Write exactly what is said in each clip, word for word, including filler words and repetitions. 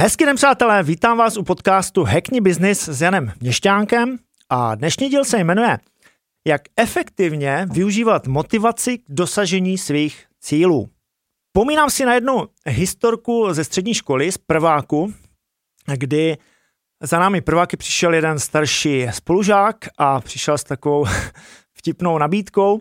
Hezký den, přátelé, vítám vás u podcastu Hackni Business s Janem Měšťánkem a dnešní díl se jmenuje Jak efektivně využívat motivaci k dosažení svých cílů. Vzpomínám si na jednu historku ze střední školy, z prváku, kdy za námi prváky přišel jeden starší spolužák a přišel s takovou vtipnou nabídkou,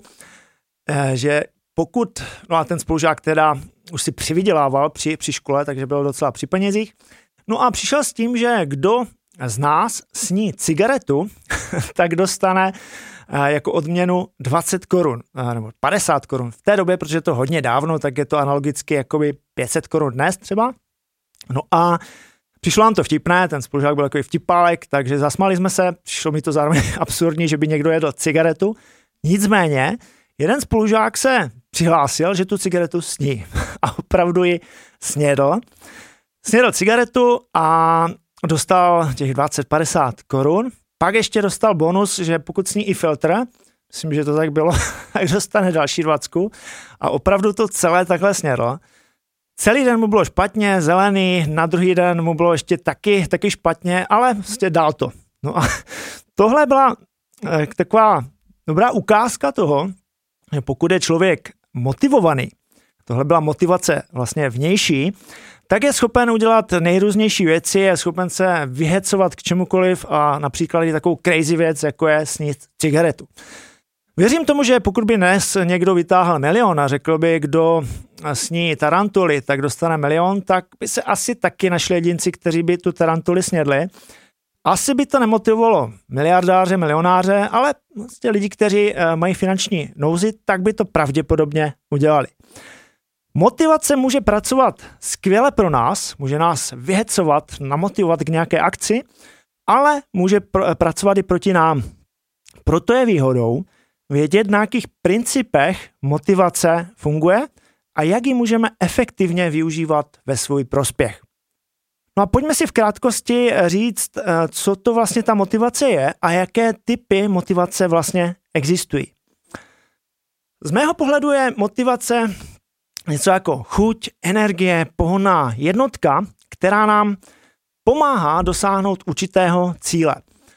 že pokud, no a ten spolužák teda už si přivydělával při, při škole, takže byl docela při penězích, no a přišel s tím, že kdo z nás sní cigaretu, tak dostane jako odměnu dvacet korun, nebo padesát korun. V té době, protože je to hodně dávno, tak je to analogicky jakoby pět set korun dnes třeba. No a přišlo nám to vtipné, ten spolužák byl takový vtipálek, takže zasmáli jsme se, přišlo mi to zároveň absurdní, že by někdo jedl cigaretu. Nicméně, jeden spolužák se přihlásil, že tu cigaretu sní a opravdu ji snědl. Snědl cigaretu a dostal těch dvacet padesát korun. Pak ještě dostal bonus, že pokud sní i filtr, myslím, že to tak bylo, tak dostane další dvacku a opravdu to celé takhle snědl. Celý den mu bylo špatně, zelený, na druhý den mu bylo ještě taky, taky špatně, ale prostě dal to. No a tohle byla eh, taková dobrá ukázka toho, že pokud je člověk motivovaný, tohle byla motivace vlastně vnější, tak je schopen udělat nejrůznější věci, je schopen se vyhecovat k čemukoliv a například i takovou crazy věc, jako je snít cigaretu. Věřím tomu, že pokud by dnes někdo vytáhl milion a řekl by, kdo sní tarantuly, tak dostane milion, tak by se asi taky našli jedinci, kteří by tu tarantuli snědli. Asi by to nemotivovalo miliardáře, milionáře, ale vlastně lidi, kteří mají finanční nouzi, tak by to pravděpodobně udělali. Motivace může pracovat skvěle pro nás, může nás vyhecovat, namotivovat k nějaké akci, ale může pr- pracovat i proti nám. Proto je výhodou vědět, na jakých principech motivace funguje a jak ji můžeme efektivně využívat ve svůj prospěch. No a pojďme si v krátkosti říct, co to vlastně ta motivace je a jaké typy motivace vlastně existují. Z mého pohledu je motivace něco jako chuť, energie, pohonná jednotka, která nám pomáhá dosáhnout určitého cíle.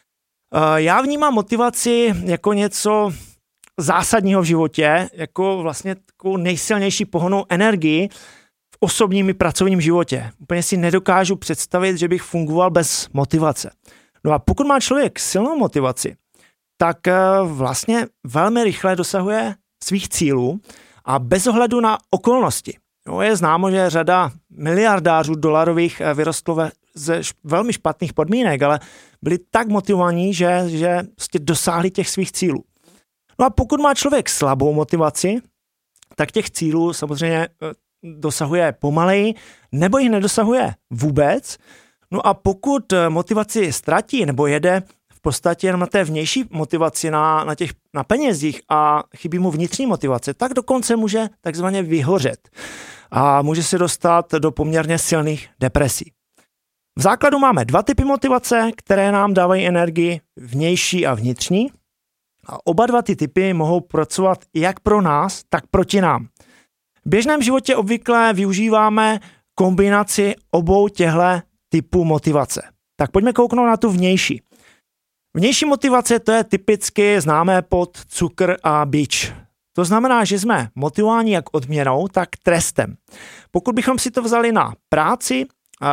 Já vnímám motivaci jako něco zásadního v životě, jako vlastně takovou nejsilnější pohonnou energii v osobním i pracovním životě. Úplně si nedokážu představit, že bych fungoval bez motivace. No a pokud má člověk silnou motivaci, tak vlastně velmi rychle dosahuje svých cílů a bez ohledu na okolnosti. No, je známo, že řada miliardářů dolarových vyrostlo ve, ze velmi špatných podmínek, ale byli tak motivovaní, že, že prostě dosáhli těch svých cílů. No a pokud má člověk slabou motivaci, tak těch cílů samozřejmě dosahuje pomaleji, nebo jich nedosahuje vůbec. No a pokud motivaci ztratí nebo jede v podstatě jenom na té vnější motivaci, na, na těch na penězích a chybí mu vnitřní motivace, tak dokonce může takzvaně vyhořet a může se dostat do poměrně silných depresí. V základu máme dva typy motivace, které nám dávají energii, vnější a vnitřní. A oba dva ty typy mohou pracovat jak pro nás, tak proti nám. V běžném životě obvykle využíváme kombinaci obou těchto typů motivace. Tak pojďme kouknout na tu vnější. Vnější motivace, to je typicky známé pod cukr a bič. To znamená, že jsme motivováni jak odměnou, tak trestem. Pokud bychom si to vzali na práci,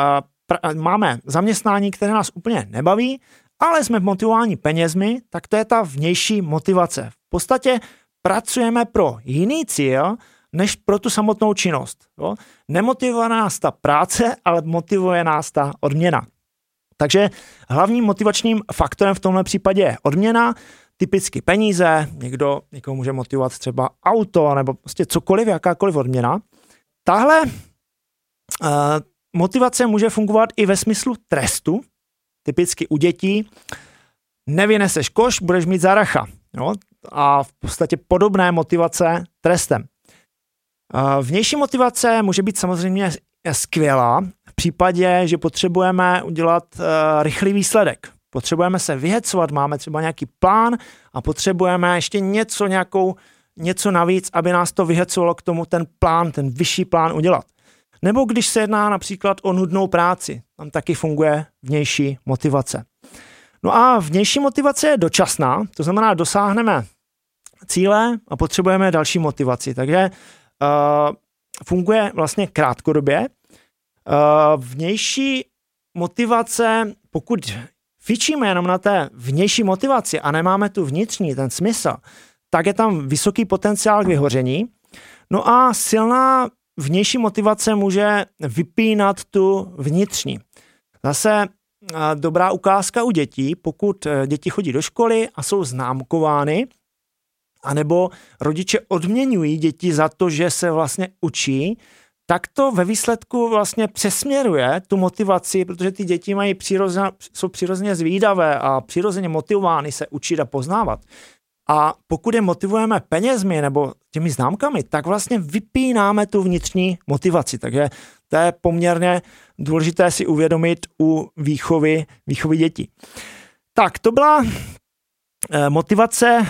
máme zaměstnání, které nás úplně nebaví, ale jsme motivováni penězmi, tak to je ta vnější motivace. V podstatě pracujeme pro jiný cíl, než pro tu samotnou činnost. Jo? Nemotivuje nás ta práce, ale motivuje nás ta odměna. Takže hlavním motivačním faktorem v tomhle případě je odměna, typicky peníze, někdo, někoho může motivovat třeba auto, nebo prostě cokoliv, jakákoliv odměna. Tahle uh, motivace může fungovat i ve smyslu trestu, typicky u dětí. Nevyneseš koš, budeš mít záracha. Jo? A v podstatě podobné motivace trestem. Uh, vnější motivace může být samozřejmě skvělá v případě, že potřebujeme udělat uh, rychlý výsledek. Potřebujeme se vyhecovat, máme třeba nějaký plán a potřebujeme ještě něco, nějakou, něco navíc, aby nás to vyhecovalo k tomu ten plán, ten vyšší plán udělat. Nebo když se jedná například o nudnou práci, tam taky funguje vnější motivace. No a vnější motivace je dočasná, to znamená, dosáhneme cíle a potřebujeme další motivaci. Takže uh, funguje vlastně krátkodobě. Uh, vnější motivace, pokud fičíme jenom na té vnější motivaci a nemáme tu vnitřní, ten smysl, tak je tam vysoký potenciál k vyhoření. No a silná vnější motivace může vypínat tu vnitřní. Zase dobrá ukázka u dětí, pokud děti chodí do školy a jsou známkovány, anebo rodiče odměňují děti za to, že se vlastně učí, tak to ve výsledku vlastně přesměruje tu motivaci, protože ty děti mají přirozeně, jsou přirozeně zvídavé a přirozeně motivovány se učit a poznávat. A pokud je motivujeme penězmi nebo těmi známkami, tak vlastně vypínáme tu vnitřní motivaci. Takže to je poměrně důležité si uvědomit u výchovy, výchovy dětí. Tak, to byla eh, motivace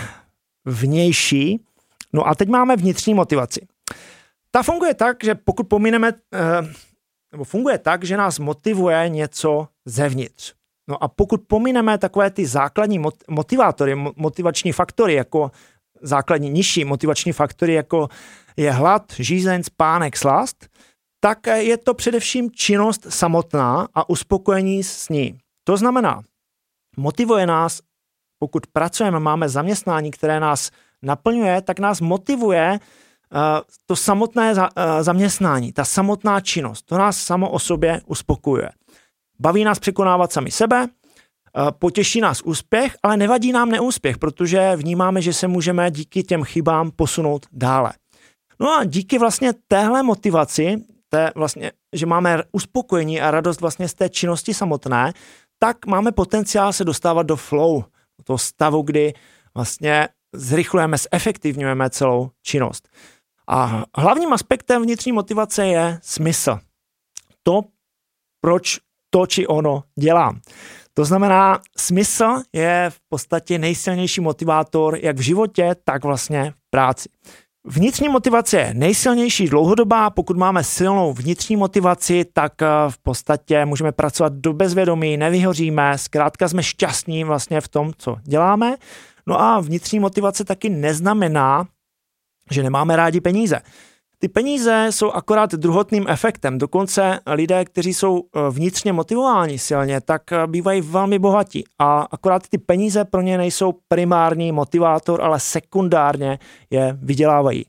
vnější. No a teď máme vnitřní motivaci. Ta funguje tak, že pokud pomineme, eh, nebo funguje tak, že nás motivuje něco zevnitř. No a pokud pomineme takové ty základní motivátory, motivační faktory, jako základní nižší motivační faktory, jako je hlad, žízeň, spánek, slast, tak je to především činnost samotná a uspokojení s ní. To znamená, motivuje nás, pokud pracujeme, máme zaměstnání, které nás naplňuje, tak nás motivuje uh, to samotné za, uh, zaměstnání, ta samotná činnost. To nás samo o sobě uspokojuje. Baví nás překonávat sami sebe, potěší nás úspěch, ale nevadí nám neúspěch, protože vnímáme, že se můžeme díky těm chybám posunout dále. No a díky vlastně téhle motivaci, té vlastně, že máme uspokojení a radost vlastně z té činnosti samotné, tak máme potenciál se dostávat do flow, do toho stavu, kdy vlastně zrychlujeme, zefektivňujeme celou činnost. A hlavním aspektem vnitřní motivace je smysl. To, proč to či ono dělám. To znamená, smysl je v podstatě nejsilnější motivátor jak v životě, tak vlastně v práci. Vnitřní motivace je nejsilnější dlouhodobá, pokud máme silnou vnitřní motivaci, tak v podstatě můžeme pracovat do bezvědomí, nevyhoříme, zkrátka jsme šťastní vlastně v tom, co děláme. No a vnitřní motivace taky neznamená, že nemáme rádi peníze. Ty peníze jsou akorát druhotným efektem. Dokonce lidé, kteří jsou vnitřně motivováni silně, tak bývají velmi bohatí. A akorát ty peníze pro ně nejsou primární motivátor, ale sekundárně je vydělávají.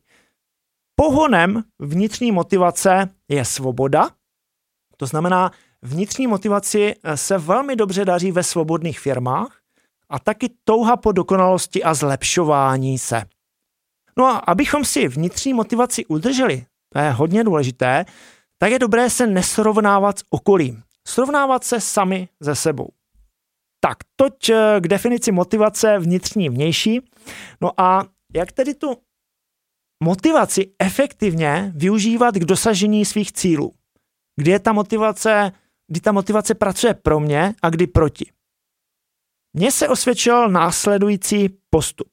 Pohonem vnitřní motivace je svoboda. To znamená, vnitřní motivaci se velmi dobře daří ve svobodných firmách a taky touha po dokonalosti a zlepšování se. No a abychom si vnitřní motivaci udrželi, to je hodně důležité, tak je dobré se nesrovnávat s okolím. Srovnávat se sami se sebou. Tak, toť k definici motivace vnitřní vnější. No a jak tedy tu motivaci efektivně využívat k dosažení svých cílů? Kdy je ta motivace, kdy ta motivace pracuje pro mě a kdy proti? Mně se osvědčil následující postup.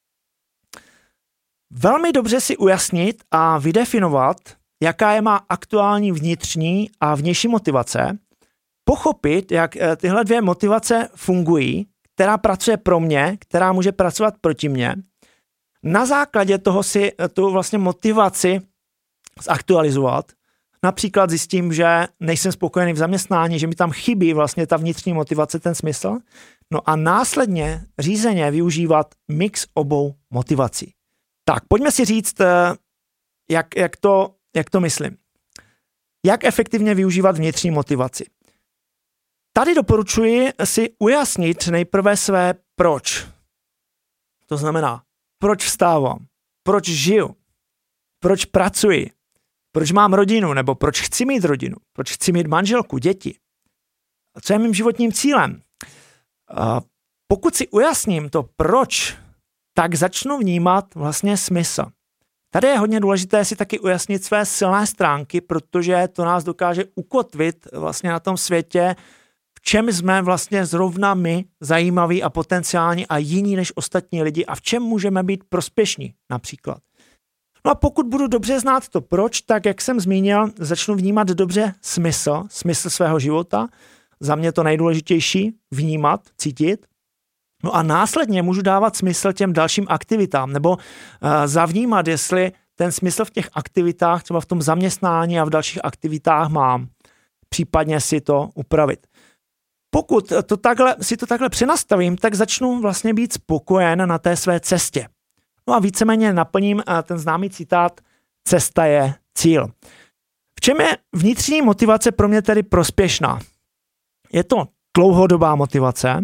Velmi dobře si ujasnit a vydefinovat, jaká je má aktuální vnitřní a vnější motivace, pochopit, jak tyhle dvě motivace fungují, která pracuje pro mě, která může pracovat proti mně. Na základě toho si tu vlastně motivaci zaktualizovat. Například zjistím, že nejsem spokojený v zaměstnání, že mi tam chybí vlastně ta vnitřní motivace, ten smysl. No a následně řízeně využívat mix obou motivací. Tak, pojďme si říct, jak, jak, to, jak to myslím. Jak efektivně využívat vnitřní motivaci. Tady doporučuji si ujasnit nejprve své proč. To znamená, proč vstávám, proč žiju, proč pracuji, proč mám rodinu, nebo proč chci mít rodinu, proč chci mít manželku, děti. Co je mým životním cílem? Pokud si ujasním to proč, tak začnu vnímat vlastně smysl. Tady je hodně důležité si taky ujasnit své silné stránky, protože to nás dokáže ukotvit vlastně na tom světě, v čem jsme vlastně zrovna my zajímaví a potenciální a jiní než ostatní lidi a v čem můžeme být prospěšní například. No a pokud budu dobře znát to proč, tak jak jsem zmínil, začnu vnímat dobře smysl, smysl svého života. Za mě to nejdůležitější, vnímat, cítit. No a následně můžu dávat smysl těm dalším aktivitám, nebo uh, zavnímat, jestli ten smysl v těch aktivitách, třeba v tom zaměstnání a v dalších aktivitách mám. Případně si to upravit. Pokud to takhle, si to takhle přenastavím, tak začnu vlastně být spokojen na té své cestě. No a víceméně naplním ten známý citát cesta je cíl. V čem je vnitřní motivace pro mě tedy prospěšná? Je to dlouhodobá motivace,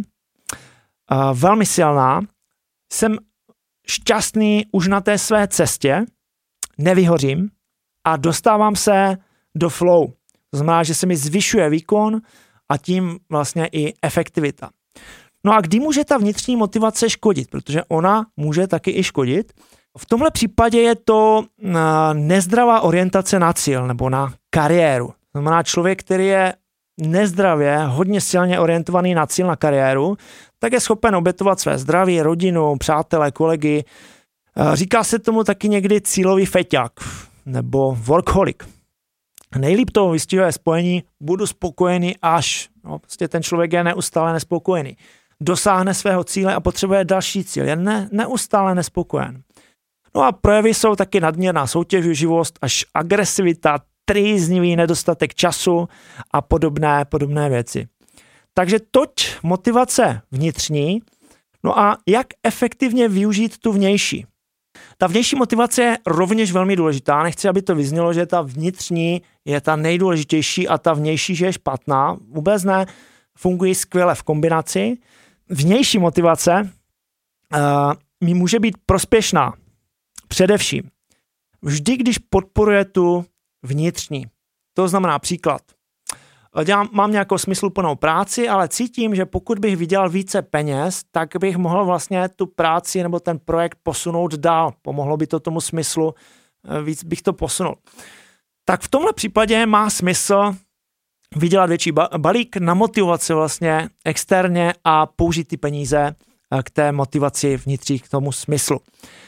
velmi silná, jsem šťastný už na té své cestě, nevyhořím a dostávám se do flow. To znamená, že se mi zvyšuje výkon a tím vlastně i efektivita. No a kdy může ta vnitřní motivace škodit? Protože ona může taky i škodit. V tomhle případě je to nezdravá orientace na cíl nebo na kariéru. To znamená člověk, který je nezdravě, hodně silně orientovaný na cíl, na kariéru, tak je schopen obětovat své zdraví, rodinu, přátelé, kolegy. Říká se tomu taky někdy cílový feťák nebo workaholic. Nejlíp to vystihuje spojení budu spokojený až. No, prostě ten člověk je neustále nespokojený. Dosáhne svého cíle a potřebuje další cíl. Je ne, neustále nespokojen. No a projevy jsou taky nadměrná soutěživost až agresivita, trýznivý nedostatek času a podobné, podobné věci. Takže toť motivace vnitřní. No a jak efektivně využít tu vnější? Ta vnější motivace je rovněž velmi důležitá. Nechci, aby to vyznělo, že ta vnitřní je ta nejdůležitější a ta vnější, že je špatná. Vůbec ne, fungují skvěle v kombinaci. Vnější motivace uh, mi může být prospěšná. Především vždy, když podporuje tu vnitřní. To znamená příklad. Dělám, mám nějakou smysluplnou práci, ale cítím, že pokud bych vydělal více peněz, tak bych mohl vlastně tu práci nebo ten projekt posunout dál. Pomohlo by to tomu smyslu, víc bych to posunul. Tak v tomhle případě má smysl vydělat větší balík, namotivovat se vlastně externě a použít ty peníze k té motivaci vnitřní, k tomu smyslu.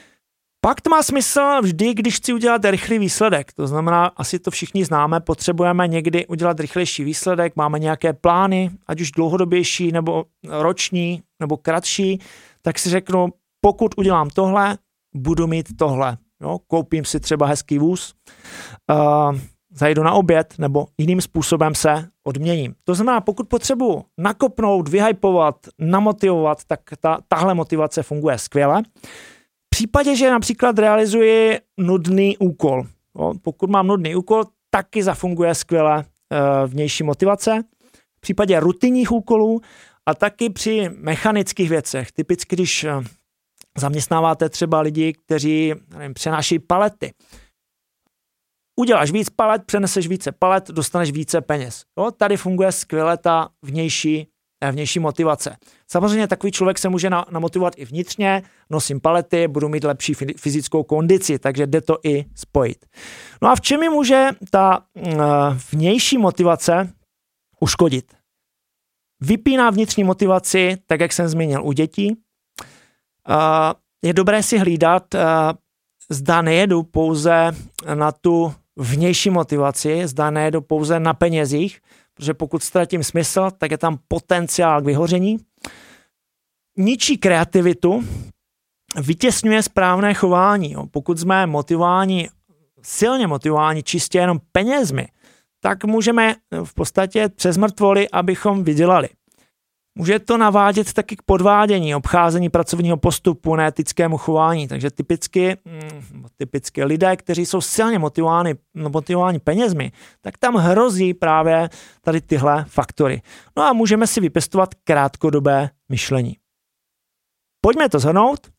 Pak to má smysl vždy, když chci udělat rychlý výsledek. To znamená, asi to všichni známe, potřebujeme někdy udělat rychlejší výsledek, máme nějaké plány, ať už dlouhodobější, nebo roční, nebo kratší, tak si řeknu, pokud udělám tohle, budu mít tohle. Jo, koupím si třeba hezký vůz, uh, zajdu na oběd, nebo jiným způsobem se odměním. To znamená, pokud potřebuji nakopnout, vyhypovat, namotivovat, tak ta, tahle motivace funguje skvěle. V případě, že například realizuji nudný úkol, jo, pokud mám nudný úkol, taky zafunguje skvěle e, vnější motivace. V případě rutinních úkolů a taky při mechanických věcech. Typicky, když e, zaměstnáváte třeba lidi, kteří nevím, přenáší palety. Uděláš víc palet, přeneseš více palet, dostaneš více peněz. Jo, tady funguje skvěle ta vnější vnější motivace. Samozřejmě takový člověk se může namotivovat i vnitřně, nosím palety, budu mít lepší fyzickou kondici, takže jde to i spojit. No a v čem mi může ta vnější motivace uškodit? Vypíná vnitřní motivaci, tak jak jsem zmínil u dětí. Je dobré si hlídat, zda nejedu pouze na tu vnější motivaci, zda nejedu pouze na penězích, protože pokud ztratím smysl, tak je tam potenciál k vyhoření. Ničí kreativitu, vytěsňuje správné chování. Pokud jsme motivováni, silně motivováni čistě jenom penězmi, tak můžeme v podstatě přes mrtvoly, abychom vydělali. Může to navádět taky k podvádění, obcházení pracovního postupu, neetickému chování. Takže typicky, typicky lidé, kteří jsou silně motivováni, motivováni penězmi, tak tam hrozí právě tady tyhle faktory. No a můžeme si vypěstovat krátkodobé myšlení. Pojďme to shrnout.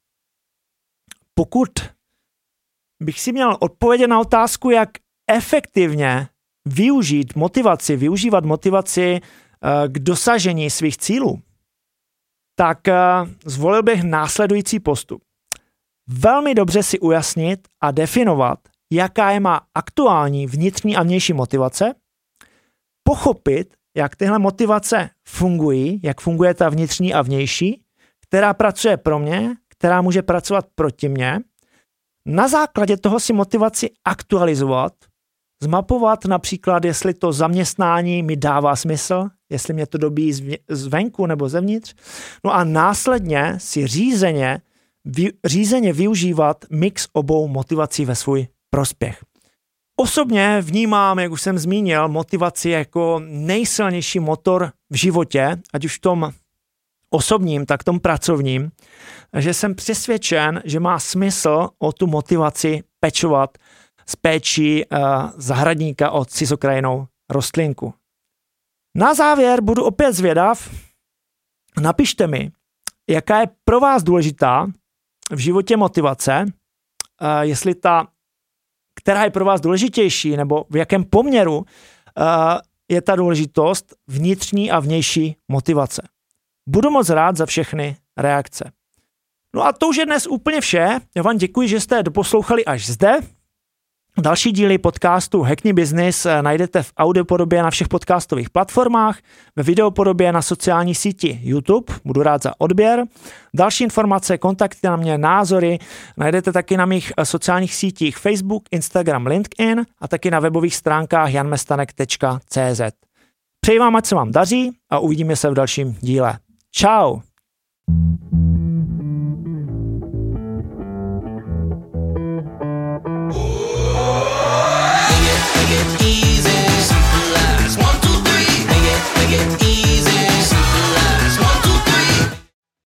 Pokud bych si měl odpovědět na otázku, jak efektivně využít motivaci, využívat motivaci k dosažení svých cílů, tak zvolil bych následující postup. Velmi dobře si ujasnit a definovat, jaká je má aktuální vnitřní a vnější motivace, pochopit, jak tyhle motivace fungují, jak funguje ta vnitřní a vnější, která pracuje pro mě, která může pracovat proti mně, Na základě toho si motivaci aktualizovat, zmapovat například, jestli to zaměstnání mi dává smysl, jestli mě to dobíjí zvenku nebo zevnitř. No a následně si řízeně, vy, řízeně využívat mix obou motivací ve svůj prospěch. Osobně vnímám, jak už jsem zmínil, motivaci jako nejsilnější motor v životě, ať už v tom osobním, tak v tom pracovním, že jsem přesvědčen, že má smysl o tu motivaci pečovat s péčí uh, zahradníka o cizokrajnou rostlinku. Na závěr budu opět zvědav, napište mi, jaká je pro vás důležitá v životě motivace, uh, jestli ta, která je pro vás důležitější, nebo v jakém poměru uh, je ta důležitost vnitřní a vnější motivace. Budu moc rád za všechny reakce. No a to už je dnes úplně vše. Já vám děkuji, že jste doposlouchali až zde. Další díly podcastu Hackni Business najdete v audiopodobě na všech podcastových platformách, ve videopodobě na sociální síti YouTube. Budu rád za odběr. Další informace, kontakty na mě, názory najdete taky na mých sociálních sítích Facebook, Instagram, LinkedIn a taky na webových stránkách jan mestanek tečka cé zet. Přeji vám, ať se vám daří a uvidíme se v dalším díle. Čau!